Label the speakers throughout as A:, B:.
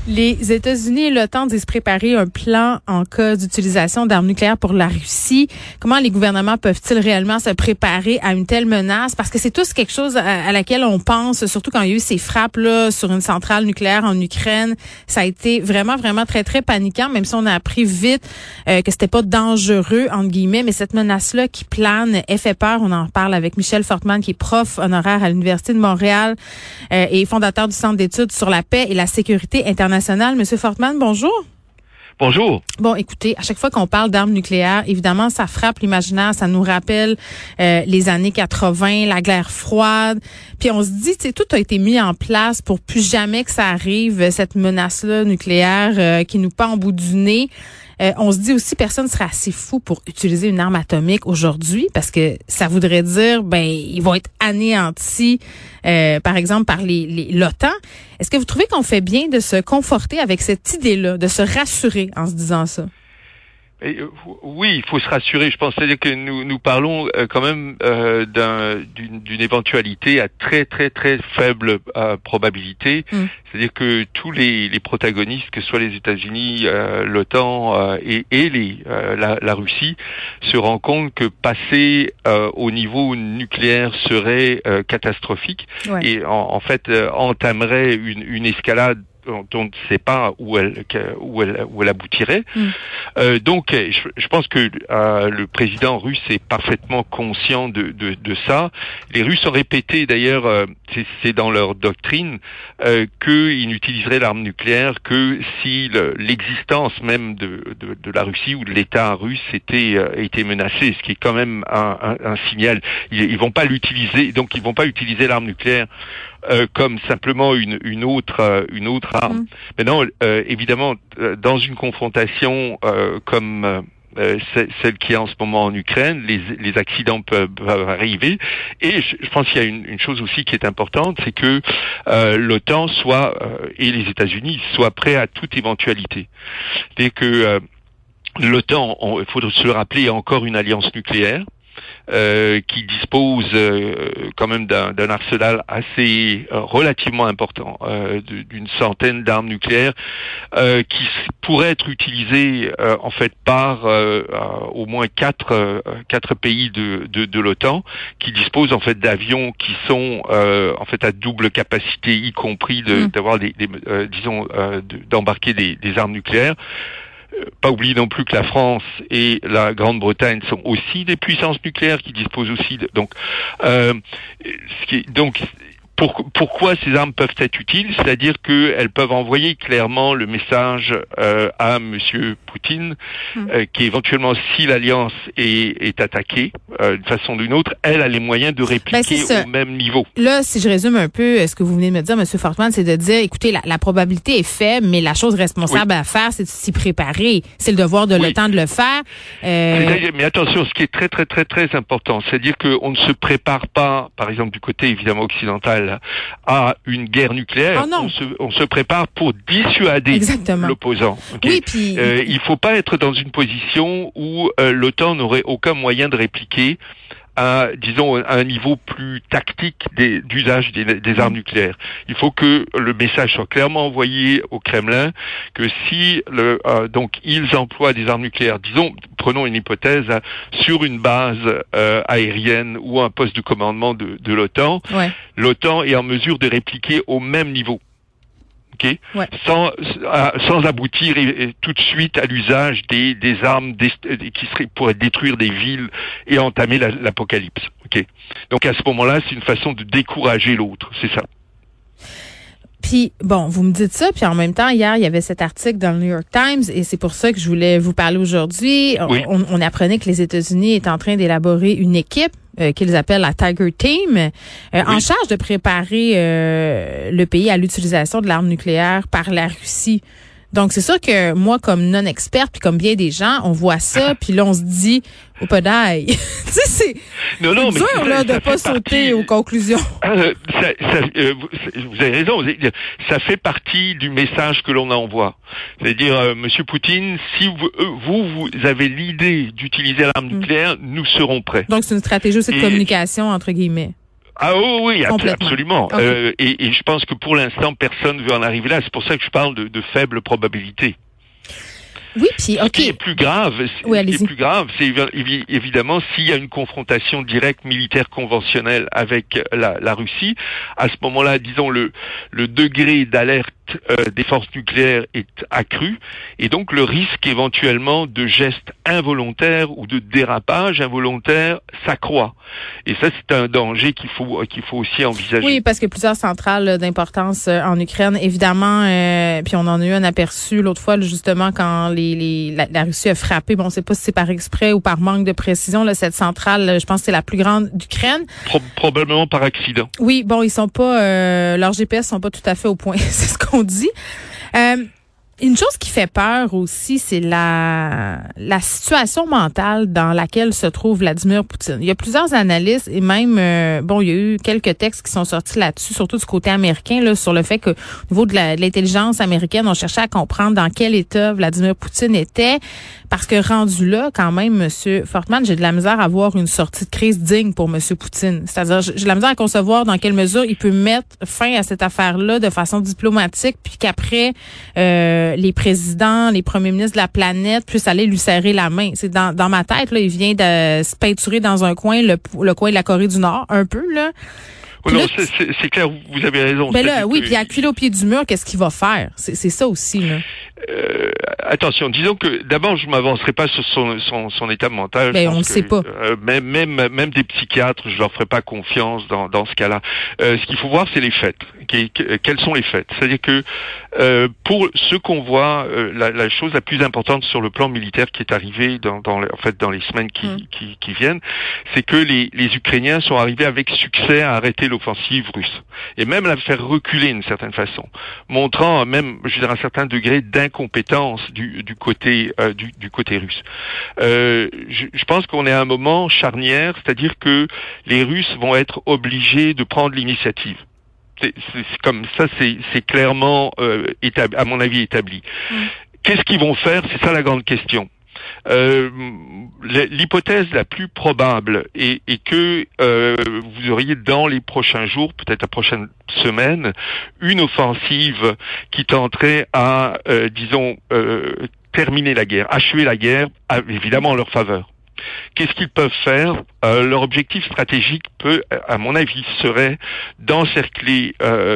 A: Les États-Unis et l'OTAN disent préparer un plan en cas d'utilisation d'armes nucléaires pour la Russie. Comment les gouvernements peuvent-ils réellement se préparer à une telle menace? Parce que c'est tous quelque chose à laquelle on pense, surtout quand il y a eu ces frappes là sur une centrale nucléaire en Ukraine. Ça a été vraiment, vraiment très, très paniquant, même si on a appris vite que c'était pas dangereux, entre guillemets. Mais cette menace-là qui plane, elle fait peur. On en parle avec Michel Fortman, qui est prof honoraire à l'Université de Montréal et fondateur du Centre d'études sur la paix et la sécurité internationale. Monsieur Fortman, bonjour.
B: Bonjour.
A: Bon, écoutez, à chaque fois qu'on parle d'armes nucléaires, évidemment, ça frappe l'imaginaire, ça nous rappelle les années 80, la guerre froide. Puis on se dit, tu sais, tout a été mis en place pour plus jamais que ça arrive, cette menace-là nucléaire qui nous pend au bout du nez. On se dit aussi, personne serait assez fou pour utiliser une arme atomique aujourd'hui, parce que ça voudrait dire, ils vont être anéantis, par exemple, par l'OTAN. Est-ce que vous trouvez qu'on fait bien de se conforter avec cette idée-là, de se rassurer en se disant ça?
B: Oui, il faut se rassurer. Je pense c'est-à-dire que nous parlons quand même d'une éventualité à très très très faible probabilité. C'est-à-dire que tous les protagonistes, que ce soit les États-Unis, l'OTAN et la Russie, se rendent compte que passer au niveau nucléaire serait catastrophique et en fait entamerait une escalade dont on ne sait pas où elle aboutirait. Donc, je pense que le président russe est parfaitement conscient de ça. Les Russes ont répété, d'ailleurs, c'est dans leur doctrine, qu'ils n'utiliseraient l'arme nucléaire que si l'existence même de la Russie ou de l'État russe était menacée, ce qui est quand même un signal. Ils vont pas l'utiliser, donc ils vont pas utiliser l'arme nucléaire comme simplement une autre arme. Maintenant, évidemment, dans une confrontation comme celle qui est en ce moment en Ukraine, les accidents peuvent arriver. Et je pense qu'il y a une chose aussi qui est importante, c'est que l'OTAN et les États-Unis soient prêts à toute éventualité. C'est que l'OTAN, il faut se le rappeler, est encore une alliance nucléaire. Qui dispose quand même d'un arsenal assez relativement important, d'une centaine d'armes nucléaires qui pourraient être utilisées en fait par au moins quatre pays de l'OTAN, qui disposent en fait d'avions qui sont en fait à double capacité, y compris d'avoir d'embarquer des armes nucléaires. Pas oublier non plus que la France et la Grande-Bretagne sont aussi des puissances nucléaires qui disposent aussi pourquoi ces armes peuvent être utiles? C'est-à-dire qu'elles peuvent envoyer clairement le message à Monsieur Poutine, qui éventuellement, si l'alliance est attaquée d'une façon ou d'une autre, elle a les moyens de répliquer au même niveau.
A: Là, si je résume un peu ce que vous venez de me dire, Monsieur Fortman, c'est de dire, écoutez, la probabilité est faible, mais la chose responsable à faire, c'est de s'y préparer. C'est le devoir de l'OTAN de le faire.
B: Mais attention, ce qui est très très très très important, c'est-à-dire qu'on ne se prépare pas, par exemple du côté évidemment occidental, à une guerre nucléaire. On se prépare pour dissuader l'opposant. Okay?
A: Oui, puis
B: il faut pas être dans une position où l'OTAN n'aurait aucun moyen de répliquer à, disons, un niveau plus tactique d'usage des armes nucléaires. Il faut que le message soit clairement envoyé au Kremlin que si donc ils emploient des armes nucléaires, disons, prenons une hypothèse, sur une base aérienne ou un poste de commandement de l'OTAN, l'OTAN est en mesure de répliquer au même niveau. Okay? Sans aboutir tout de suite à l'usage des armes qui pourraient détruire des villes et entamer l'apocalypse. Okay? Donc à ce moment-là, c'est une façon de décourager l'autre, c'est ça.
A: Puis, bon, vous me dites ça, puis en même temps, hier, il y avait cet article dans le New York Times, et c'est pour ça que je voulais vous parler aujourd'hui. Oui. On apprenait que les États-Unis étaient en train d'élaborer une équipe qu'ils appellent la Tiger Team, en charge de préparer le pays à l'utilisation de l'arme nucléaire par la Russie. Donc, c'est sûr que moi, comme non-experte, puis comme bien des gens, on voit ça, puis là, on se dit, au podaille. Tu sais, c'est dur, là, de pas sauter aux conclusions.
B: Vous avez raison. Ça fait partie du message que l'on envoie. C'est-à-dire, Monsieur Poutine, si vous avez l'idée d'utiliser l'arme nucléaire, nous serons prêts.
A: Donc, c'est une stratégie aussi de communication, entre guillemets.
B: Ah oui, absolument.
A: Okay.
B: Et je pense que pour l'instant, personne ne veut en arriver là. C'est pour ça que je parle de faible probabilité.
A: Oui, puis
B: Ce qui est plus grave, c'est évidemment s'il y a une confrontation directe militaire conventionnelle avec la Russie. À ce moment-là, disons le degré d'alerte des forces nucléaires est accru, et donc le risque éventuellement de gestes involontaires ou de dérapage involontaire s'accroît. Et ça, c'est un danger qu'il faut aussi envisager.
A: Oui, parce que plusieurs centrales d'importance en Ukraine, évidemment, puis on en a eu un aperçu l'autre fois, justement, quand la Russie a frappé, bon, on ne sait pas si c'est par exprès ou par manque de précision, là, cette centrale, je pense que c'est la plus grande d'Ukraine.
B: Probablement par accident.
A: Oui, bon, ils sont pas, leurs GPS sont pas tout à fait au point, c'est ce qu'on dit. Une chose qui fait peur aussi, c'est la situation mentale dans laquelle se trouve Vladimir Poutine. Il y a plusieurs analystes et même, il y a eu quelques textes qui sont sortis là-dessus, surtout du côté américain, là, sur le fait que au niveau de l'intelligence américaine, on cherchait à comprendre dans quel état Vladimir Poutine était, parce que rendu là, quand même, Monsieur Fortman, j'ai de la misère à voir une sortie de crise digne pour Monsieur Poutine. C'est-à-dire, j'ai de la misère à concevoir dans quelle mesure il peut mettre fin à cette affaire-là de façon diplomatique, puis qu'après, les présidents, les premiers ministres de la planète puissent aller lui serrer la main. C'est dans ma tête, là, il vient de se peinturer dans un coin, le coin de la Corée du Nord, un peu, là.
B: Oui, non, c'est clair, vous avez raison.
A: Ben là, oui, puis acculé au pied du mur, qu'est-ce qu'il va faire? C'est ça aussi, là.
B: Attention, disons que d'abord je m'avancerai pas sur son état mental.
A: Ben, on le sait pas.
B: Même des psychiatres, je leur ferai pas confiance dans ce cas-là. Ce qu'il faut voir, c'est les faits. Quels sont les faits? C'est-à-dire que pour ce qu'on voit, la chose la plus importante sur le plan militaire qui est arrivée dans les semaines qui viennent, c'est que les Ukrainiens sont arrivés avec succès à arrêter l'offensive russe et même la faire reculer d'une certaine façon, montrant même, je veux dire, un certain degré d'incompétence du côté russe. Je pense qu'on est à un moment charnière, c'est-à-dire que les Russes vont être obligés de prendre l'initiative. C'est comme ça, c'est clairement à mon avis établi. Qu'est-ce qu'ils vont faire? C'est ça la grande question. L'hypothèse la plus probable est que vous auriez dans les prochains jours, peut-être la prochaine semaine, une offensive qui tenterait à, terminer la guerre, achever la guerre, évidemment en leur faveur. Qu'est-ce qu'ils peuvent faire? Leur objectif stratégique à mon avis, serait d'encercler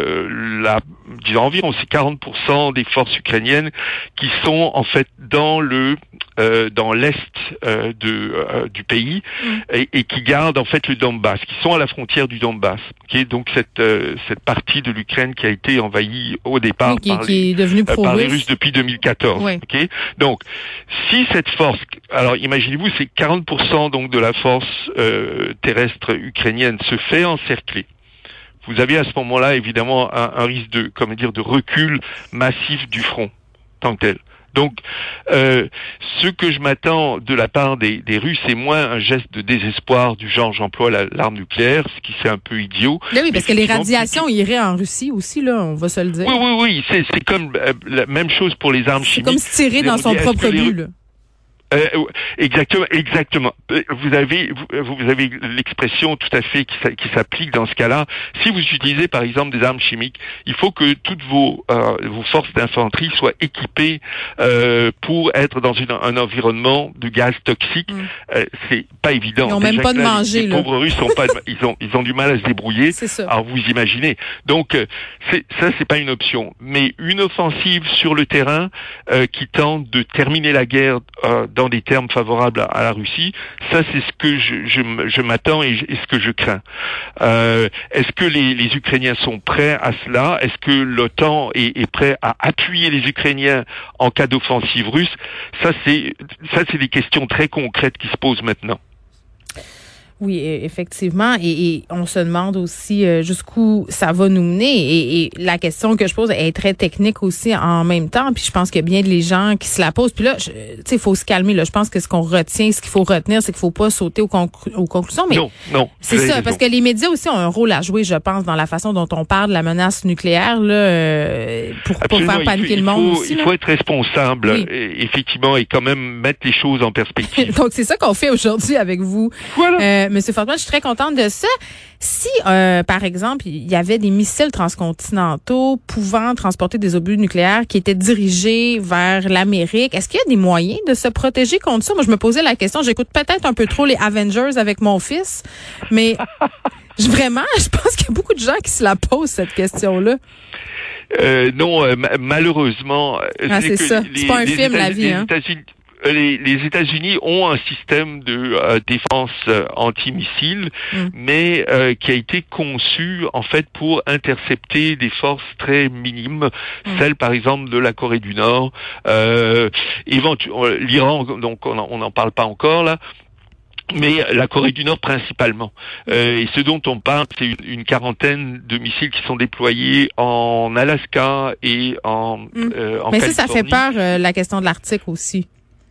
B: environ ces 40% des forces ukrainiennes qui sont en fait dans l'est du pays et qui gardent en fait le Donbass, qui sont à la frontière du Donbass, qui est donc cette partie de l'Ukraine qui a été envahie au départ par les Russes depuis 2014.
A: Oui.
B: Okay? Donc, si cette force, alors imaginez-vous, c'est 40% donc de la force terrestre ukrainienne se fait encercler. Vous avez à ce moment-là évidemment un risque de recul massif du front tant que tel. Donc, ce que je m'attends de la part des Russes, c'est moins un geste de désespoir du genre j'emploie l'arme nucléaire, ce qui c'est un peu idiot.
A: Là, oui, parce que les radiations iraient en Russie aussi, là, on va se le dire.
B: Oui, c'est comme la même chose pour les armes chimiques.
A: C'est comme se tirer dans son propre but, là.
B: Exactement. Vous avez l'expression tout à fait qui s'applique dans ce cas-là. Si vous utilisez par exemple des armes chimiques, il faut que toutes vos forces d'infanterie soient équipées pour être dans un environnement de gaz toxique. C'est pas évident.
A: Ils n'ont même pas de manger.
B: Les pauvres Russes ils ont du mal à se débrouiller.
A: C'est ça.
B: Alors vous imaginez. Donc c'est pas une option. Mais une offensive sur le terrain qui tente de terminer la guerre dans des termes favorables à la Russie, ça c'est ce que je m'attends et ce que je crains. Est-ce que les Ukrainiens sont prêts à cela? Est-ce que l'OTAN est prêt à appuyer les Ukrainiens en cas d'offensive russe? Ça c'est des questions très concrètes qui se posent maintenant.
A: Oui, effectivement. Et on se demande aussi jusqu'où ça va nous mener. Et la question que je pose est très technique aussi en même temps. Puis je pense qu'il y a bien des gens qui se la posent. Puis là, tu sais, il faut se calmer. Là, je pense que ce qu'il faut retenir, c'est qu'il faut pas sauter aux conclusions. Mais
B: non.
A: C'est ça, parce que les médias aussi ont un rôle à jouer, je pense, dans la façon dont on parle de la menace nucléaire, là, pour pas faire paniquer le monde aussi.
B: Il faut être responsable, oui. Effectivement, et quand même mettre les choses en perspective.
A: Donc c'est ça qu'on fait aujourd'hui avec vous.
B: Voilà.
A: Monsieur Fortman, je suis très contente de ça. Si, par exemple, il y avait des missiles transcontinentaux pouvant transporter des obus nucléaires qui étaient dirigés vers l'Amérique, est-ce qu'il y a des moyens de se protéger contre ça? Moi, je me posais la question, j'écoute peut-être un peu trop les Avengers avec mon fils, mais vraiment, je pense qu'il y a beaucoup de gens qui se la posent, cette question-là.
B: Non, malheureusement,
A: c'est ça. C'est pas un film, la vie.
B: Les États-Unis ont un système de défense antimissile, mais qui a été conçu en fait pour intercepter des forces très minimes, celles par exemple de la Corée du Nord, l'Iran, donc on n'en parle pas encore là. Mais la Corée du Nord principalement. Et ce dont on parle, c'est une quarantaine de missiles qui sont déployés en Alaska et en
A: Mais
B: Californie.
A: ça fait peur, la question de l'Arctique aussi.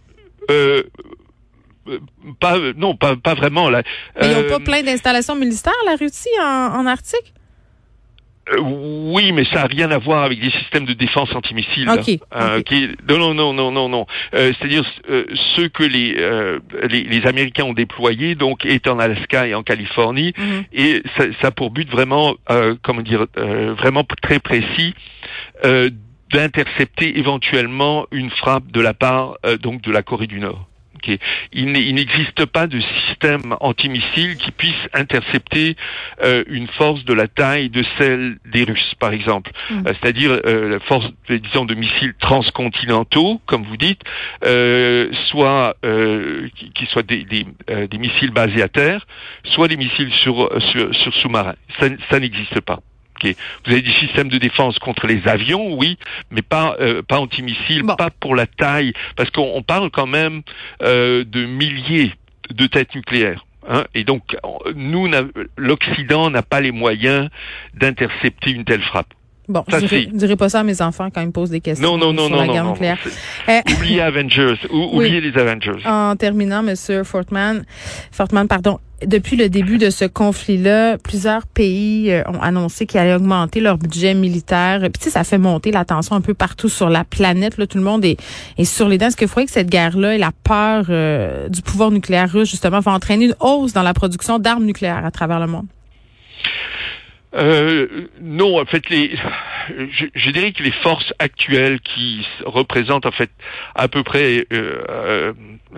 B: Pas vraiment. Là.
A: Mais ils n'ont pas plein d'installations militaires, la Russie, en Arctique?
B: Oui, mais ça n'a rien à voir avec des systèmes de défense antimissiles.
A: Okay.
B: Non. C'est-à-dire ceux que les Américains ont déployés, donc est en Alaska et en Californie, et ça a pour but vraiment, vraiment très précis. D'intercepter éventuellement une frappe de la part donc de la Corée du Nord. Okay. Il n'existe pas de système antimissile qui puisse intercepter une force de la taille de celle des Russes, par exemple. C'est-à-dire la force, disons, de missiles transcontinentaux, comme vous dites, soit qui soient des missiles basés à terre, soit des missiles sur sous-marins. Ça n'existe pas. Okay. Vous avez des systèmes de défense contre les avions, oui, mais pas antimissiles, pas pour la taille, parce qu'on parle quand même de milliers de têtes nucléaires. Hein, et donc, l'Occident n'a pas les moyens d'intercepter une telle frappe.
A: Bon, je ne dirai pas ça à mes enfants quand ils me posent des questions sur la guerre nucléaire.
B: Oubliez Avengers, oubliez les Avengers.
A: En terminant, Monsieur Fortman, depuis le début de ce conflit-là, plusieurs pays ont annoncé qu'ils allaient augmenter leur budget militaire. Puis tu sais, ça fait monter la tension un peu partout sur la planète. Là, tout le monde est sur les dents. Est-ce qu'il faudrait que cette guerre-là et la peur du pouvoir nucléaire russe, justement, va entraîner une hausse dans la production d'armes nucléaires à travers le monde?
B: Non, en fait, je dirais que les forces actuelles qui représentent en fait à peu près 20%,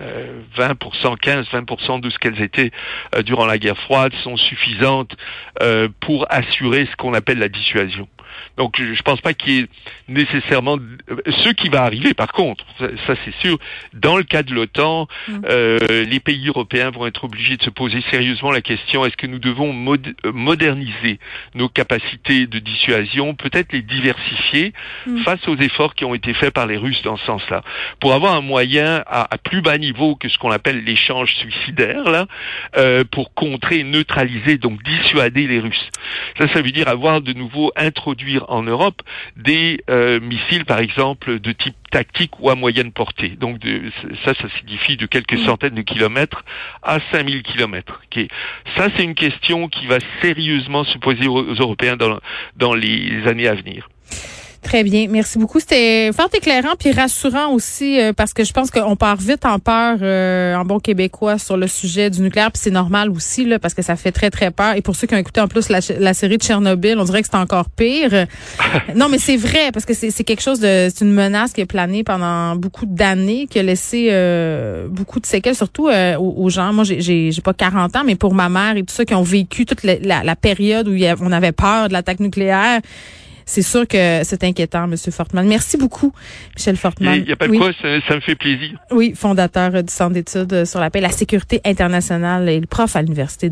B: 15-20% de ce qu'elles étaient durant la guerre froide sont suffisantes pour assurer ce qu'on appelle la dissuasion. Donc, je pense pas qu'il y ait nécessairement ce qui va arriver. Par contre, ça c'est sûr, dans le cas de l'OTAN, les pays européens vont être obligés de se poser sérieusement la question: est-ce que nous devons moderniser nos capacités de dissuasion, peut-être les diversifier face aux efforts qui ont été faits par les Russes dans ce sens-là, pour avoir un moyen à plus bas niveau que ce qu'on appelle l'échange suicidaire, là, pour contrer et neutraliser, donc dissuader les Russes. Ça veut dire avoir de nouveau introduire en Europe des missiles, par exemple, de type tactique ou à moyenne portée. Donc ça signifie de quelques centaines de kilomètres à 5000 kilomètres. Okay. Ça, c'est une question qui va sérieusement se poser aux Européens dans les années à venir.
A: Très bien. Merci beaucoup. C'était fort éclairant puis rassurant aussi parce que je pense qu'on part vite en peur en bon québécois sur le sujet du nucléaire, puis c'est normal aussi là parce que ça fait très très peur. Et pour ceux qui ont écouté en plus la série de Tchernobyl, on dirait que c'est encore pire. Non, mais c'est vrai parce que c'est quelque chose c'est une menace qui a plané pendant beaucoup d'années, qui a laissé beaucoup de séquelles, surtout aux gens. Moi, j'ai pas 40 ans, mais pour ma mère et tout ça qui ont vécu toute la période où on avait peur de l'attaque nucléaire. C'est sûr que c'est inquiétant, M. Fortman. Merci beaucoup, Michel Fortman.
B: Il n'y a pas de quoi, ça me fait plaisir.
A: Oui, fondateur du Centre d'études sur la paix, la sécurité internationale et le prof à l'Université